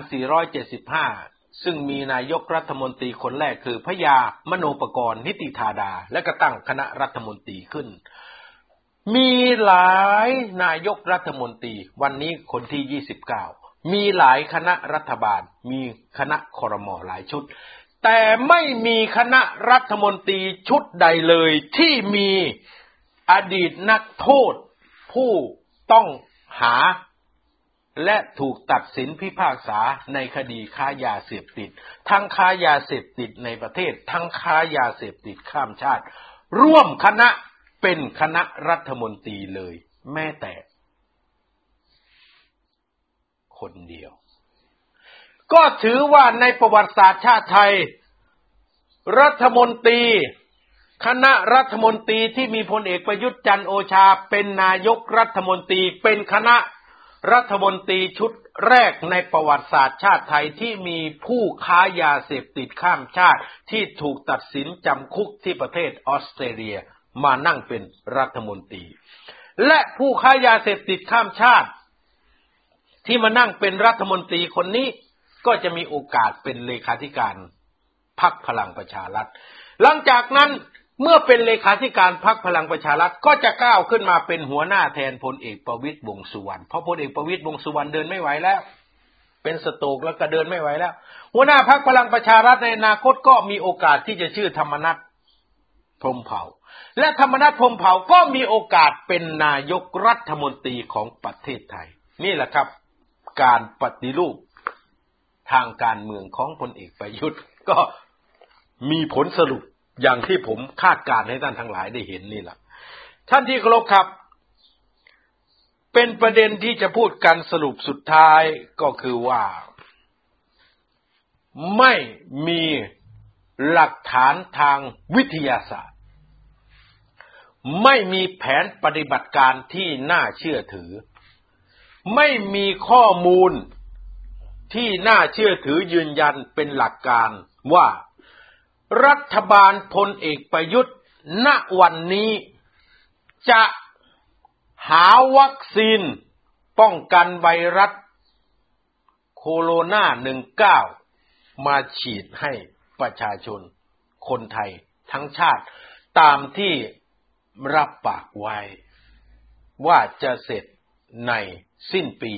2475 ซึ่งมีนายกรัฐมนตรีคนแรกคือพระยามโนปกรณ์นิติธาดาและก็ตั้งคณะรัฐมนตรีขึ้นมีหลายนายกรัฐมนตรีวันนี้คนที่29มีหลายคณะรัฐบาลมีคณะครม.หลายชุดแต่ไม่มีคณะรัฐมนตรีชุดใดเลยที่มีอดีตนักโทษผู้ต้องหาและถูกตัดสินพิพากษาในคดีค้ายาเสพติดทั้งค้ายาเสพติดในประเทศทั้งค้ายาเสพติดข้ามชาติร่วมคณะเป็นคณะรัฐมนตรีเลยแม้แต่คนเดียวก็ถือว่าในประวัติศาสตร์ชาติไทยรัฐมนตรีคณะรัฐมนตรีที่มีพลเอกประยุทธ์จันทร์โอชาเป็นนายกรัฐมนตรีเป็นคณะรัฐมนตรีชุดแรกในประวัติศาสตร์ชาติไทยที่มีผู้ค้ายาเสพติดข้ามชาติที่ถูกตัดสินจำคุกที่ประเทศออสเตรเลียมานั่งเป็นรัฐมนตรีและผู้ค้ายาเสพติดข้ามชาติที่มานั่งเป็นรัฐมนตรีคนนี้ก็จะมีโอกาสเป็นเลขาธิการพรรคพลังประชารัฐหลังจากนั้นเมื่อเป็นเลขาธิการพรรคพลังประชารัฐก็จะก้าวขึ้นมาเป็นหัวหน้าแทนพลเอกประวิตรวงษ์สุวรรณเพราะพลเอกประวิตรวงษ์สุวรรณเดินไม่ไหวแล้วเป็นสโตรกแล้วก็เดินไม่ไหวแล้วหัวหน้าพรรคพลังประชารัฐในอนาคตก็มีโอกาสที่จะชื่อธรรมนัสพรหมเผ่าและธรรมนัสพรหมเผ่าก็มีโอกาสเป็นนายกรัฐมนตรีของประเทศไทยนี่แหละครับการปฏิรูปทางการเมืองของพลเอกประยุทธ์ก็มีผลสรุปอย่างที่ผมคาดการณ์ให้ท่านทั้งหลายได้เห็นนี่แหละท่านที่เคารพครับเป็นประเด็นที่จะพูดกันสรุปสุดท้ายก็คือว่าไม่มีหลักฐานทางวิทยาศาสตร์ไม่มีแผนปฏิบัติการที่น่าเชื่อถือไม่มีข้อมูลที่น่าเชื่อถือยืนยันเป็นหลักการว่ารัฐบาลพลเอกประยุทธ์ณวันนี้จะหาวัคซีนป้องกันไวรัสโคโรนา19มาฉีดให้ประชาชนคนไทยทั้งชาติตามที่รับปากไว้ว่าจะเสร็จในสิ้นปี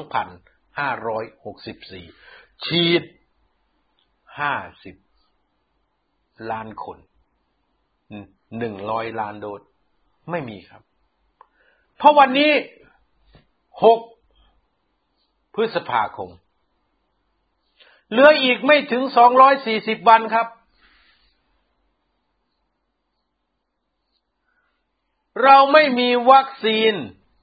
2564ฉีด50 ล้านคน100 ล้านโดสไม่มีครับเพราะวันนี้6 พฤษภาคมเหลืออีกไม่ถึง240 วันครับเราไม่มีวัคซีน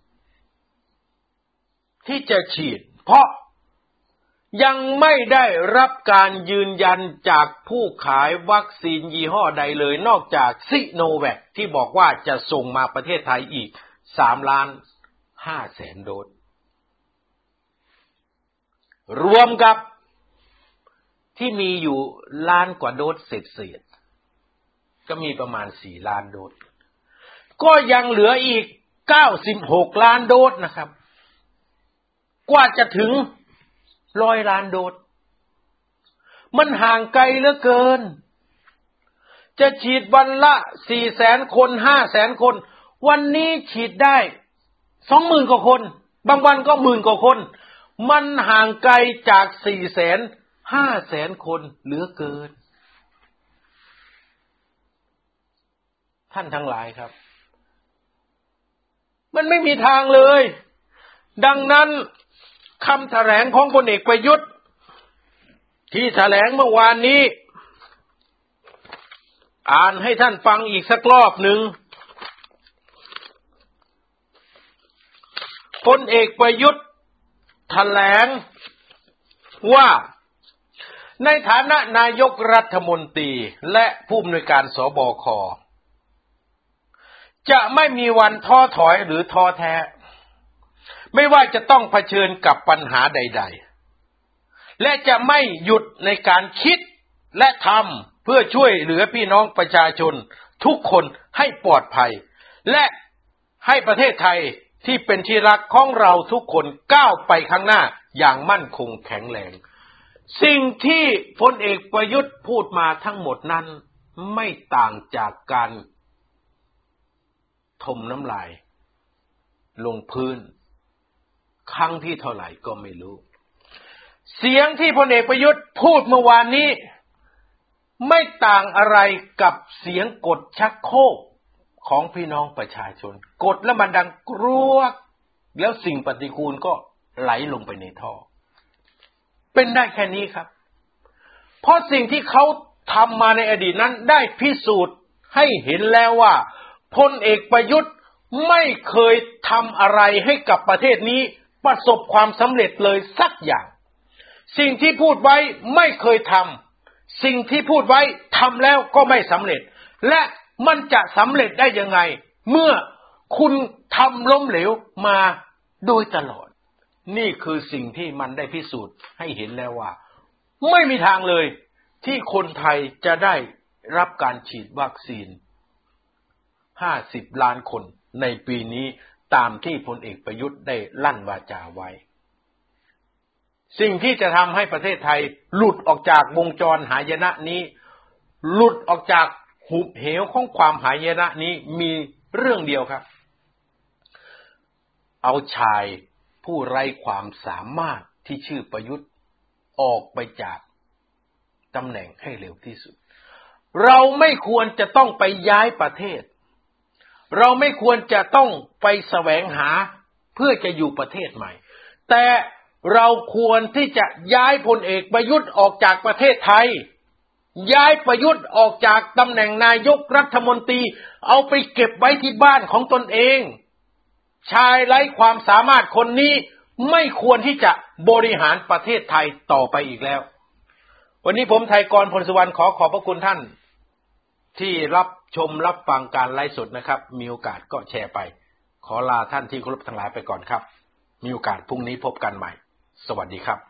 ที่จะฉีดเพราะยังไม่ได้รับการยืนยันจากผู้ขายวัคซีนยี่ห้อใดเลยนอกจากซิโนแวคที่บอกว่าจะส่งมาประเทศไทยอีก3,500,000 โดสรวมกับที่มีอยู่ล้านกว่าโดสเศษๆก็มีประมาณ4 ล้านโดสก็ยังเหลืออีก96 ล้านโดสนะครับกว่าจะถึง100 ล้านโดสมันห่างไกลเหลือเกินจะฉีดวันละ 400,000 คน 500,000 คนวันนี้ฉีดได้ 20,000 กว่าคนบางวันก็10,000 กว่าคนมันห่างไกลจาก 400,000 500,000 คนเหลือเกินท่านทั้งหลายครับมันไม่มีทางเลยดังนั้นคำแถลงของพลเอกประยุทธ์ที่แถลงเมื่อวานนี้อ่านให้ท่านฟังอีกสักรอบหนึ่งพลเอกประยุทธ์แถลงว่าในฐานะนายกรัฐมนตรีและผู้อำนวยการสบคจะไม่มีวันท้อถอยหรือท้อแท้ไม่ว่าจะต้องเผชิญกับปัญหาใดๆและจะไม่หยุดในการคิดและทำเพื่อช่วยเหลือพี่น้องประชาชนทุกคนให้ปลอดภัยและให้ประเทศไทยที่เป็นที่รักของเราทุกคนก้าวไปข้างหน้าอย่างมั่นคงแข็งแรงสิ่งที่พลเอกประยุทธ์พูดมาทั้งหมดนั้นไม่ต่างจากการถมน้ำลายลงพื้นครั้งที่เท่าไหร่ก็ไม่รู้เสียงที่พลเอกประยุทธ์พูดเมื่อวานนี้ไม่ต่างอะไรกับเสียงกดชักโครกของพี่น้องประชาชนกดแล้วมันดังกรวกแล้วสิ่งปฏิกูลก็ไหลลงไปในท่อเป็นได้แค่นี้ครับเพราะสิ่งที่เขาทำมาในอดีตนั้นได้พิสูจน์ให้เห็นแล้วว่าพลเอกประยุทธ์ไม่เคยทำอะไรให้กับประเทศนี้ประสบความสำเร็จเลยสักอย่างสิ่งที่พูดไว้ไม่เคยทำสิ่งที่พูดไว้ทำแล้วก็ไม่สำเร็จและมันจะสำเร็จได้ยังไงเมื่อคุณทำล้มเหลวมาโดยตลอดนี่คือสิ่งที่มันได้พิสูจน์ให้เห็นแล้วว่าไม่มีทางเลยที่คนไทยจะได้รับการฉีดวัคซีน50 ล้านคนในปีนี้ตามที่พลเอกประยุทธ์ได้ลั่นวาจาไว้สิ่งที่จะทำให้ประเทศไทยหลุดออกจากวงจรหายนะนี้หลุดออกจากหุบเหวของความหายนะนี้มีเรื่องเดียวครับเอาชายผู้ไร้ความสามารถที่ชื่อประยุทธ์ออกไปจากตำแหน่งให้เร็วที่สุดเราไม่ควรจะต้องไปย้ายประเทศเราไม่ควรจะต้องไปแสวงหาเพื่อจะอยู่ประเทศใหม่แต่เราควรที่จะย้ายพลเอกประยุทธ์ออกจากประเทศไทยย้ายประยุทธ์ออกจากตำแหน่งนายกรัฐมนตรีเอาไปเก็บไว้ที่บ้านของตนเองชายไร้ความสามารถคนนี้ไม่ควรที่จะบริหารประเทศไทยต่อไปอีกแล้ววันนี้ผมไทยกร พลสุวรรณขอบพระคุณท่านที่รับชมรับฟังการไลฟ์สดนะครับมีโอกาสก็แชร์ไปขอลาท่านที่เคารพทั้งหลายไปก่อนครับมีโอกาสพรุ่งนี้พบกันใหม่สวัสดีครับ